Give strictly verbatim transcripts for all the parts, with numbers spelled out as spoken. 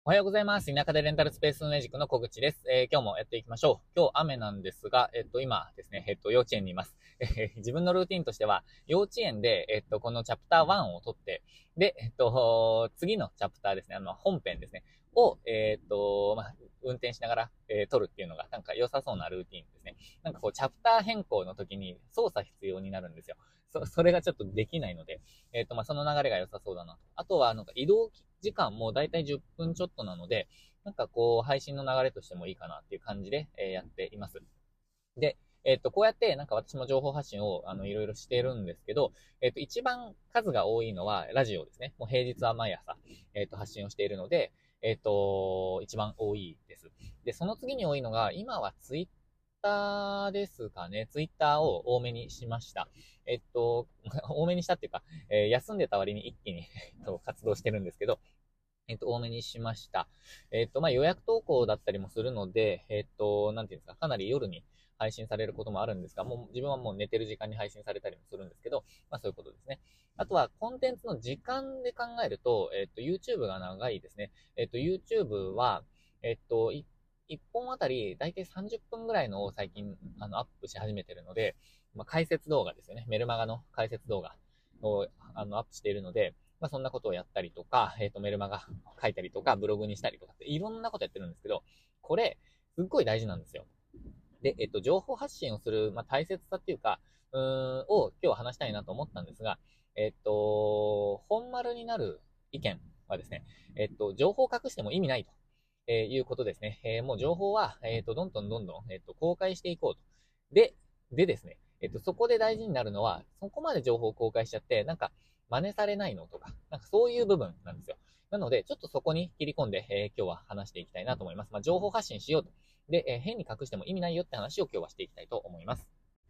おはようございます。田舎でレンタルスペースの塾の小口です。えー、今日もやっていきましょう。今日雨なんですが、えっと、今ですね、えっと、幼稚園にいます。えー、自分のルーティンとしては、幼稚園で、えっと、このチャプターワンを取って、で、えっと、次のチャプターですね、あの、本編ですね、を、えっと、まあ、運転しながら、えー、撮るっていうのが、なんか良さそうなルーティンですね。なんかこう、チャプター変更の時に操作必要になるんですよ。そ、それがちょっとできないので、えっと、まあ、その流れが良さそうだなと。あとは、なんか移動時間もだいたいじゅっぷんちょっとなので、なんかこう、配信の流れとしてもいいかなっていう感じで、えー、やっています。で、えっと、こうやって、なんか私も情報発信を、あの、いろいろしているんですけど、えっと、一番数が多いのは、ラジオですね。もう平日は毎朝、えっと、発信をしているので、えっと、一番多いです。で、その次に多いのが、今はツイッターですかね。ツイッターを多めにしました。えっと、多めにしたっていうか、えー休んでた割に一気にえっと、活動してるんですけど、えっと、多めにしました。えっと、まあ、予約投稿だったりもするので、えっと、なんていうんですか、かなり夜に配信されることもあるんですが、もう自分はもう寝てる時間に配信されたりもするんですけど、まあそういうことですね。あとは、コンテンツの時間で考えると、えっと、YouTube が長いですね。えっと、YouTube は、えっと、い一本あたり、だいたいさんじゅっぷんぐらいのを最近、あの、アップし始めてるので、まあ、解説動画ですよね。メルマガの解説動画を、あの、アップしているので、まあ、そんなことをやったりとか、えっと、メルマガ書いたりとか、ブログにしたりとかって、いろんなことやってるんですけど、これ、すっごい大事なんですよ。で、えっと、情報発信をする、まあ、大切さっていうか、うーん、を今日は話したいなと思ったんですが、えっと、本丸になる意見はですね、えっと、情報を隠しても意味ないと、えーいうことですね。えーもう情報は、えっと、どんどんどんどん、えっと、公開していこうと。で、でですね、えっと、そこで大事になるのは、そこまで情報を公開しちゃって、なんか、真似されないのとか、なんかそういう部分なんですよ。なので、ちょっとそこに切り込んで、えー今日は話していきたいなと思います。まあ、情報発信しようと。で、えー変に隠しても意味ないよって話を今日はしていきたいと思います。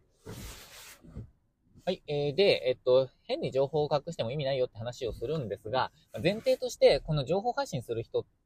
はい。えー、で、えっと、変に情報を隠しても意味ないよって話をするんですが、前提として、この情報発信する人って、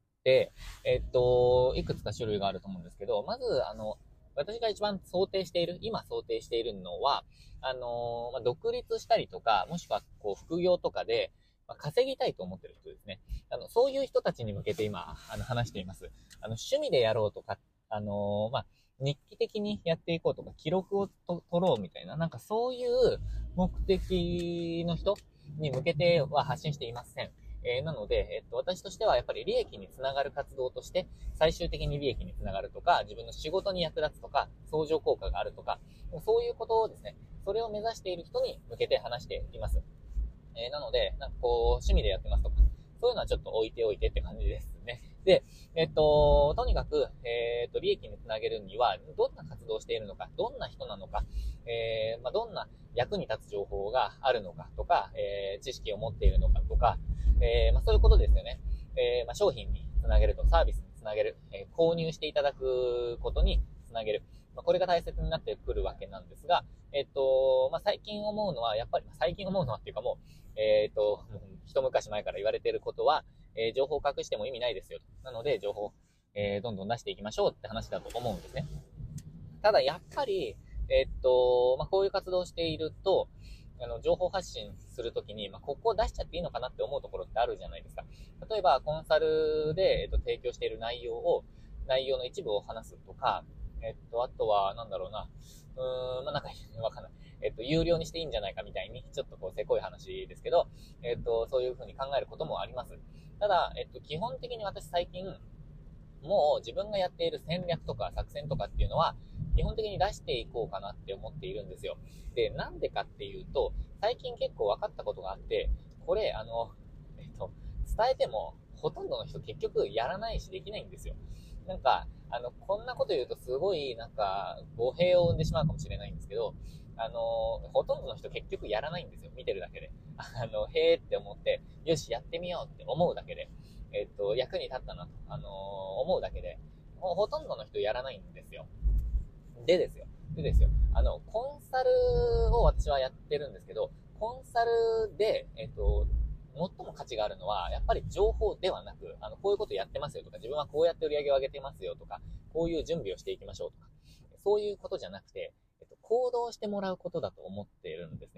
えっと、いくつか種類があると思うんですけど、まず、あの、私が一番想定している、今想定しているのは、あのまあ、独立したりとか、もしくは、こう、副業とかで、まあ、稼ぎたいと思ってる人ですね。あの、そういう人たちに向けて今、あの、話しています。あの、趣味でやろうとか、あのまあ、日記的にやっていこうとか、記録をと取ろうみたいな、なんかそういう目的の人に向けては発信していません。えー、なので、えっと、私としてはやっぱり利益につながる活動として、最終的に利益につながるとか、自分の仕事に役立つとか、相乗効果があるとか、そういうことをですね、それを目指している人に向けて話しています。えー、なので、なんかこう、趣味でやってますとか、そういうのはちょっと置いておいてって感じですね。で、えっと、とにかく、えっと、利益につなげるには、どんな活動をしているのか、どんな人なのか、えー、まあ、どんな役に立つ情報があるのかとか、えー、知識を持っているのかとか、えー、まあ、そういうことですよね。えー、まあ、商品につなげると、サービスにつなげる、えー、購入していただくことにつなげる。まあ、これが大切になってくるわけなんですが、えっと、まあ、最近思うのは、やっぱり、最近思うのはっていうかもう、えっ、ー、と、一昔前から言われていることは、えー、情報を隠しても意味ないですよ。なので、情報を、えー、どんどん出していきましょうって話だと思うんですね。ただ、やっぱり、えっと、まあ、こういう活動をしていると、あの、情報発信するときに、まあ、ここを出しちゃっていいのかなって思うところってあるじゃないですか。例えば、コンサルで、えっと、提供している内容を、内容の一部を話すとか、えっと、あとは、なんだろうな、うーん、まあ、なんか、わかんない。えっと、有料にしていいんじゃないかみたいに、ちょっとこう、せこい話ですけど、えっと、そういうふうに考えることもあります。ただ、えっと、基本的に私最近、もう自分がやっている戦略とか作戦とかっていうのは、基本的に出していこうかなって思っているんですよ。で、なんでかっていうと、最近結構分かったことがあって、これ、あの、えっと、伝えても、ほとんどの人結局やらないしできないんですよ。なんか、あの、こんなこと言うとすごい、なんか、語弊を生んでしまうかもしれないんですけど、あの、ほとんどの人結局やらないんですよ。見てるだけで。あの、へーって思って、よし、やってみようって思うだけで。えっと、役に立ったなと、あのー思うだけで、もうほとんどの人やらないんですよ。でですよ。でですよ。あの、コンサルを私はやってるんですけど、コンサルで、えっと、最も価値があるのは、やっぱり情報ではなく、あの、こういうことやってますよとか、自分はこうやって売り上げを上げてますよとか、こういう準備をしていきましょうとか、そういうことじゃなくて、えっと、行動してもらうことだと思っているんですね。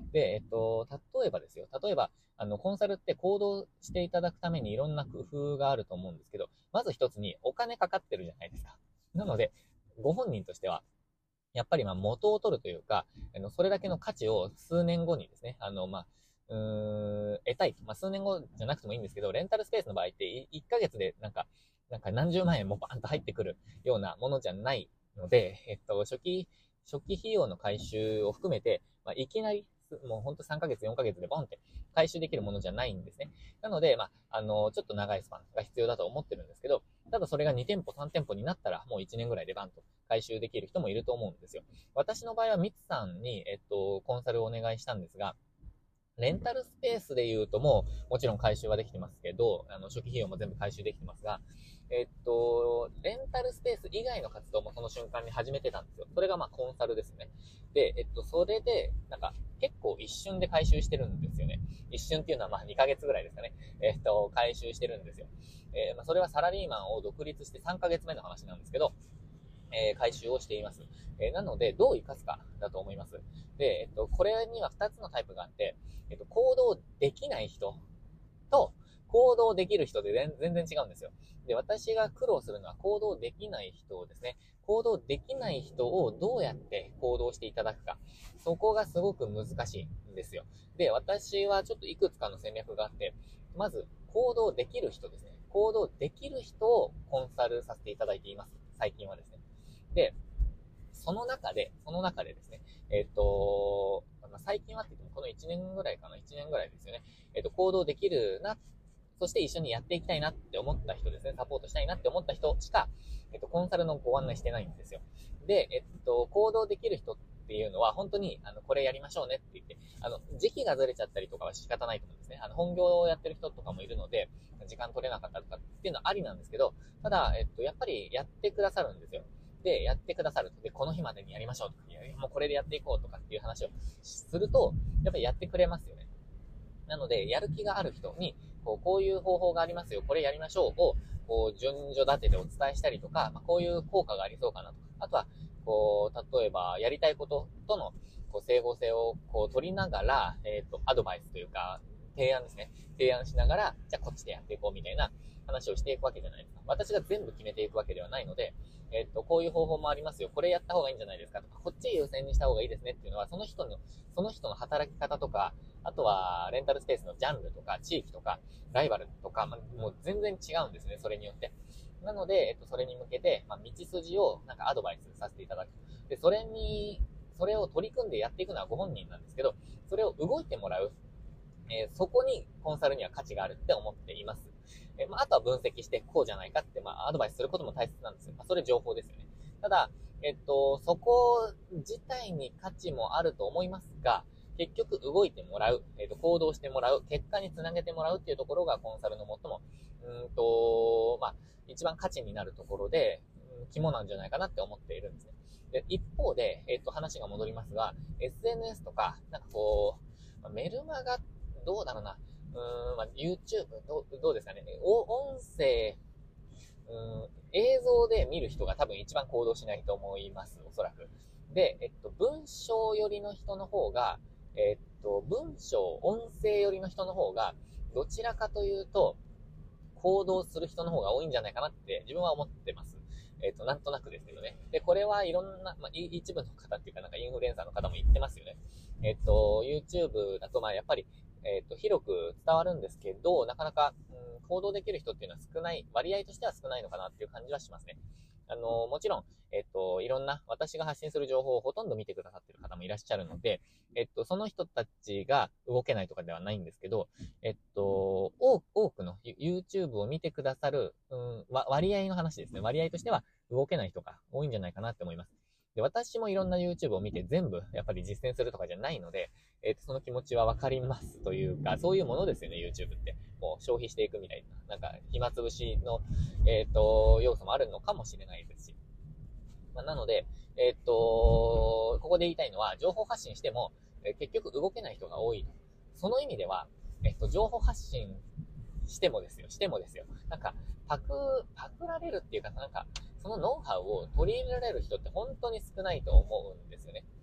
で、えっと、例えばですよ。例えば、あの、コンサルって行動していただくためにいろんな工夫があると思うんですけど、まず一つにお金かかってるじゃないですか。なので、ご本人としては、やっぱりまあ元を取るというか、あの、それだけの価値を数年後にですね、あの、まあ、うーん、得たい。まあ、数年後じゃなくてもいいんですけど、レンタルスペースの場合っていっかげつでなんか、なんか何十万円もバーンと入ってくるようなものじゃないので、えっと、初期、初期費用の回収を含めて、まあ、いきなり、もうほんとさんかげつ、よんかげつでボンって回収できるものじゃないんですね。なので、まあ、あの、ちょっと長いスパンが必要だと思ってるんですけど、ただそれがに店舗、さん店舗になったら、もういちねんぐらいでバンと回収できる人もいると思うんですよ。私の場合はミツさんに、えっと、コンサルをお願いしたんですが、レンタルスペースで言うともう、もちろん回収はできてますけど、あの、初期費用も全部回収できてますが、えっと、レンタルスペース以外の活動もその瞬間に始めてたんですよ。それがまあコンサルですね。で、えっと、それで、なんか、結構一瞬で回収してるんですよね。一瞬っていうのはまあにかげつぐらいですかね。えっと、回収してるんですよ。えー、まあ、それはサラリーマンを独立してさんかげつめの話なんですけど、えー、回収をしています。えー、なので、どう活かすかだと思います。で、えっと、これにはふたつのタイプがあって、えっと、行動できない人と、行動できる人で全然違うんですよ。で、私が苦労するのは行動できない人ですね。行動できない人をどうやって行動していただくか。そこがすごく難しいんですよ。で、私はちょっといくつかの戦略があって、まず、行動できる人ですね。行動できる人をコンサルさせていただいています。最近はですね。で、その中で、その中でですね、えっと、まあ、最近はって言ってもこのいちねんぐらいかな、いちねんぐらいですよね。えっと、行動できるな、そして一緒にやっていきたいなって思った人ですね、サポートしたいなって思った人しか、えっと、コンサルのご案内してないんですよ。で、えっと、行動できる人っていうのは、本当に、あの、これやりましょうねって言って、あの、時期がずれちゃったりとかは仕方ないと思うんですね。あの、本業をやってる人とかもいるので、時間取れなかったとかっていうのはありなんですけど、ただ、えっと、やっぱりやってくださるんですよ。で、やってくださる。で、この日までにやりましょうとか、いやもうこれでやっていこうとかっていう話をすると、やっぱりやってくれますよね。なので、やる気がある人に、こうこういう方法がありますよ、これやりましょうを、こう、順序立ててお伝えしたりとか、まあ、こういう効果がありそうかなとか、あとは、こう、例えば、やりたいこととの、こう、整合性を、こう、取りながら、えっと、アドバイスというか、提案ですね。提案しながら、じゃあこっちでやっていこうみたいな話をしていくわけじゃないですか。私が全部決めていくわけではないので、えっと、こういう方法もありますよ。これやった方がいいんじゃないですかとか、こっち優先にした方がいいですねっていうのは、その人の、その人の働き方とか、あとは、レンタルスペースのジャンルとか、地域とか、ライバルとか、まあ、もう全然違うんですね、それによって。なので、えっと、それに向けて、まあ、道筋をなんかアドバイスさせていただく。で、それに、それを取り組んでやっていくのはご本人なんですけど、それを動いてもらう。えーそこにコンサルには価値があるって思っています。えーまあ、あとは分析して、こうじゃないかって、まあ、アドバイスすることも大切なんですよ。まあ、それ情報ですよね。ただ、えっと、そこ自体に価値もあると思いますが、結局動いてもらう、えっと、行動してもらう、結果につなげてもらうっていうところがコンサルの最も、うんと、まあ、一番価値になるところで、うん、肝なんじゃないかなって思っているんですね。で、一方で、えっと、話が戻りますが、エスエヌエス とか、なんかこう、まあメルマガ、どうだろうな、うーん、まあ、YouTube、どう、どうですかね、お音声、うん、映像で見る人が多分一番行動しないと思います、おそらく。で、えっと、文章寄りの人の方が、えっと、文章、音声寄りの人の方が、どちらかというと、行動する人の方が多いんじゃないかなって自分は思ってます。えっと、なんとなくですけどね。で、これはいろんな、まあ、一部の方っていうか、なんかインフルエンサーの方も言ってますよね。えっと、YouTube だと、まあ、やっぱり、えっと、広く伝わるんですけど、なかなか、うん、行動できる人っていうのは少ない、割合としては少ないのかなっていう感じはしますね。あの、もちろん、えっと、いろんな、私が発信する情報をほとんど見てくださってる方もいらっしゃるので、えっと、その人たちが動けないとかではないんですけど、えっと、多くの YouTube を見てくださる、うん、割合の話ですね。割合としては動けない人が多いんじゃないかなって思います。で、私もいろんな YouTube を見て全部やっぱり実践するとかじゃないので、えっと、その気持ちはわかりますというか、そういうものですよね、YouTube って。もう消費していくみたいな、なんか暇つぶしの、えっと、要素もあるのかもしれないですし。まあ、なので、えっと、ここで言いたいのは、情報発信しても、えー結局動けない人が多い。その意味では、えっと、情報発信してもですよ、してもですよ。なんか、パク、パクられるっていうか、なんか、そのノウハウを取り入れられる人って本当に少ないと思うんですよね。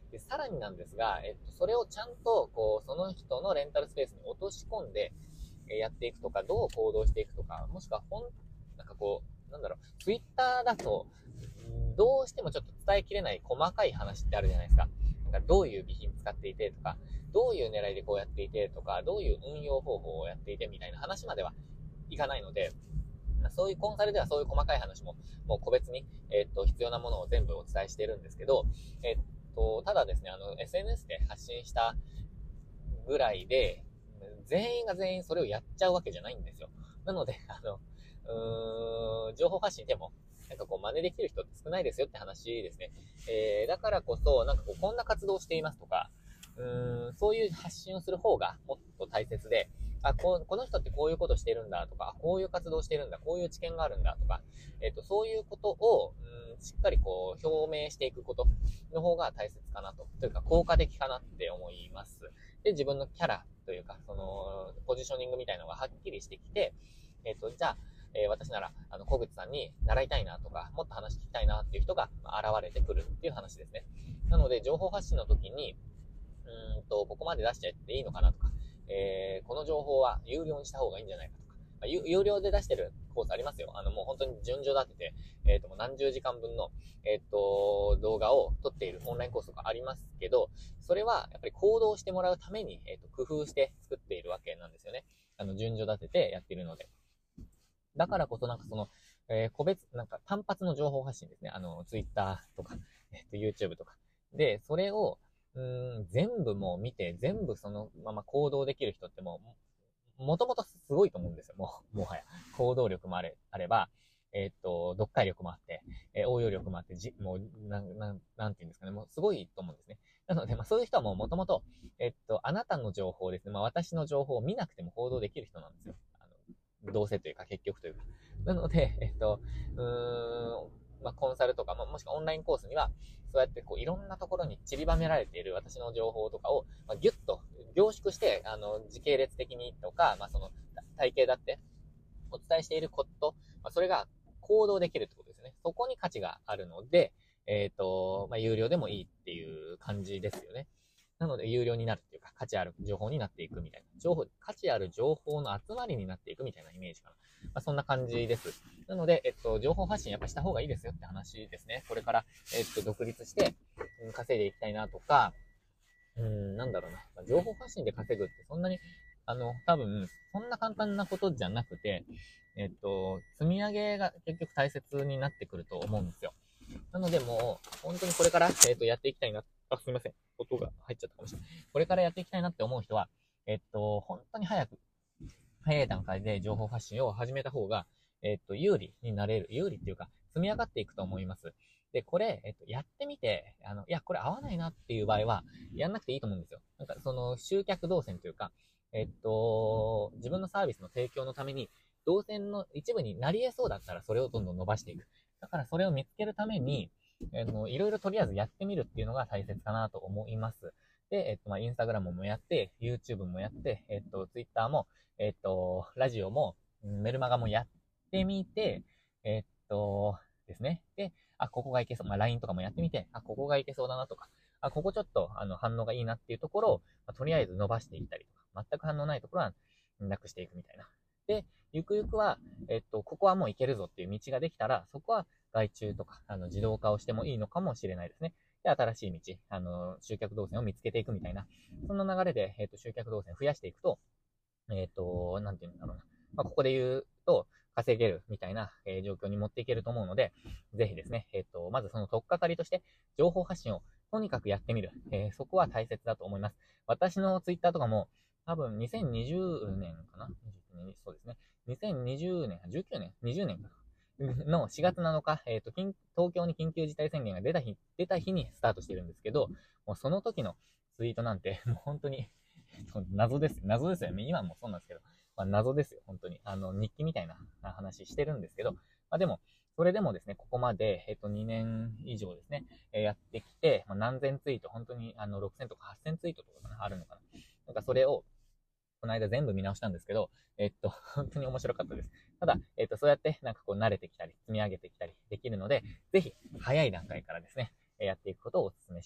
で、さらになんですが、えっと、それをちゃんと、こう、その人のレンタルスペースに落とし込んで、えやっていくとか、どう行動していくとか、もしくは、ほん、なんかこう、なんだろう、ツイッターだと、どうしてもちょっと伝えきれない細かい話ってあるじゃないですか。なんかどういう備品使っていてとか、どういう狙いでこうやっていてとか、どういう運用方法をやっていてみたいな話まではいかないので、そういうコンサルではそういう細かい話も、もう個別に、えっと、必要なものを全部お伝えしているんですけど、えっと、ただですね、あの、エスエヌエス で発信したぐらいで、全員が全員それをやっちゃうわけじゃないんですよ。なので、あの、うーん、情報発信でも、なんかこう真似できる人って少ないですよって話ですね。えー、だからこそ、なんかこう、こんな活動をしていますとか、うーん、そういう発信をする方がもっと大切で、あ、ここの人ってこういうことしてるんだとか、こういう活動してるんだ、こういう知見があるんだとか、えっと、そういうことを、うん、しっかりこう、表明していくことの方が大切かなと、というか効果的かなって思います。で、自分のキャラというか、その、ポジショニングみたいなのがはっきりしてきて、えっと、じゃあ、えー、私なら、あの、小口さんに習いたいなとか、もっと話聞きたいなっていう人が現れてくるっていう話ですね。なので、情報発信の時に、うーんと、ここまで出しちゃっていいのかなとか、えー、この情報は有料にした方がいいんじゃないかとか、まあ、有料で出してるコースありますよ。あの、もう本当に順序立てて、えっと、もう何十時間分の、えっと、動画を撮っているオンラインコースとかありますけど、それはやっぱり行動してもらうために、えっと、工夫して作っているわけなんですよね。あの、順序立ててやっているので。だからこそなんかその、えー、個別、なんか単発の情報発信ですね。あの、Twitter とか、えっと、YouTube とか。で、それを、うーん、全部もう見て、全部そのまま行動できる人ってもう、もともとすごいと思うんですよ。もう、もはや。行動力もあれ、あれば、えーっと、読解力もあって、えー応用力もあって、じ、もう、なん、なん、なんていうんですかね。もうすごいと思うんですね。なので、まあそういう人はもうもともと、えっと、あなたの情報ですね。まあ私の情報を見なくても行動できる人なんですよ。あの、どうせというか結局というか。なので、えっと、うーん、まあコンサルとか、まあ、もしくはオンラインコースには、そうやってこういろんなところに散りばめられている私の情報とかを、まあ、ギュッと凝縮して、あの、時系列的にとか、まあ、その体系だってお伝えしていること、まあ、それが行動できるってことですね。そこに価値があるので、えっと、まあ、有料でもいいっていう感じですよね。なので、有料になるっていうか、価値ある情報になっていくみたいな。情報、価値ある情報の集まりになっていくみたいなイメージかな。まあ、そんな感じです。なので、えっと、情報発信やっぱした方がいいですよって話ですね。これから、えっと、独立して、うん、稼いでいきたいなとか、うん、なんだろうな。まあ、情報発信で稼ぐってそんなに、あの、多分、そんな簡単なことじゃなくて、えっと、積み上げが結局大切になってくると思うんですよ。なのでもう、本当にこれから、えっと、やっていきたいな。あ、すみません。音が入っちゃったかもしれない。これからやっていきたいなって思う人は、えっと、本当に早く、早い段階で情報発信を始めた方が、えっと、有利になれる。有利っていうか、積み上がっていくと思います。で、これ、えっと、やってみて、あの、いや、これ合わないなっていう場合は、やんなくていいと思うんですよ。なんか、その、集客動線というか、えっと、自分のサービスの提供のために、動線の一部になり得そうだったら、それをどんどん伸ばしていく。だから、それを見つけるために、あの、いろいろとりあえずやってみるっていうのが大切かなと思います。で、えっと、まあ、インスタグラムもやって、YouTube もやって、えっと、Twitter も、えっと、ラジオも、メルマガもやってみて、えっと、ですね。で、あ、ここがいけそう。まあ、ライン とかもやってみて、あ、ここがいけそうだなとか、あ、ここちょっと、あの、反応がいいなっていうところを、まあ、とりあえず伸ばしていったりとか、全く反応ないところは、なくしていくみたいな。で、ゆくゆくは、えっと、ここはもういけるぞっていう道ができたら、そこは外注とか、あの、自動化をしてもいいのかもしれないですね。で、新しい道、あの、集客動線を見つけていくみたいな、そんな流れで、えっと、集客動線を増やしていくと、えっと、なんていうんだろうな。まあ、ここで言うと、稼げるみたいな、えー、状況に持っていけると思うので、ぜひですね、えっと、まずその取っかかりとして、情報発信をとにかくやってみる。えー、そこは大切だと思います。私のツイッターとかも、多分にせんにじゅうねんかなそうですね。にせんにじゅうねん、じゅうきゅうねん ?にじゅうねんかなのしがつなのか、えっと、東京に緊急事態宣言が出た日、出た日にスタートしてるんですけど、もうその時のツイートなんて、もう本当に謎です。謎ですよね。今もそうなんですけど、まあ、謎ですよ。本当に。あの、日記みたいな話してるんですけど、まあ、でも、それでもですね、ここまで、えっと、にねん以上ですね、えー、やってきて、まあ、何千ツイート、本当に、あの、ろくせんとかはっせんツイートとかかな、あるのかな。なんかそれを、この間全部見直したんですけど、えっと、本当に面白かったです。ただ、えっと、そうやって、なんかこう、慣れてきたり、積み上げてきたりできるので、ぜひ、早い段階からですね、やっていくことをお勧めします。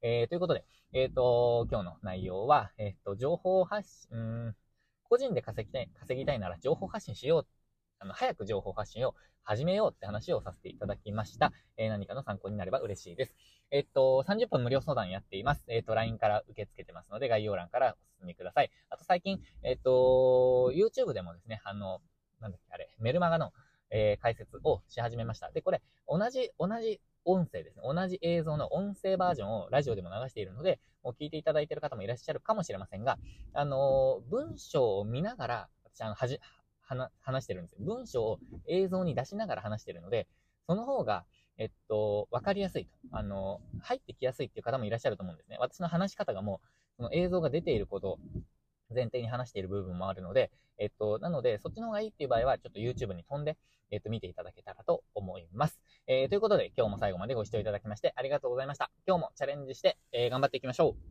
えー、ということで、えっと、今日の内容は、えっと、情報発信、うん、個人で稼ぎたい、稼ぎたいなら情報発信しよう。あの、早く情報発信を始めようって話をさせていただきました。えー、何かの参考になれば嬉しいです。えっと、さんじゅっぷん無料相談やっています。えっと、ライン から受け付けてますので、概要欄からお進みください。あと最近、えっと、YouTube でもですね、あの、なんだっけ、あれ、メルマガの、えー、解説をし始めました。で、これ、同じ、同じ音声ですね。同じ映像の音声バージョンをラジオでも流しているので、もう聞いていただいている方もいらっしゃるかもしれませんが、あのー、文章を見ながら、私、あの、はじ、は話してるんですよ。文章を映像に出しながら話してるので、その方が、えっと、わかりやすいと。あの、入ってきやすいっていう方もいらっしゃると思うんですね。私の話し方がもう、その映像が出ていることを前提に話している部分もあるので、えっと、なので、そっちの方がいいっていう場合は、ちょっと YouTube に飛んで、えっと、見ていただけたらと思います。えー、ということで、今日も最後までご視聴いただきましてありがとうございました。今日もチャレンジして、えー、頑張っていきましょう。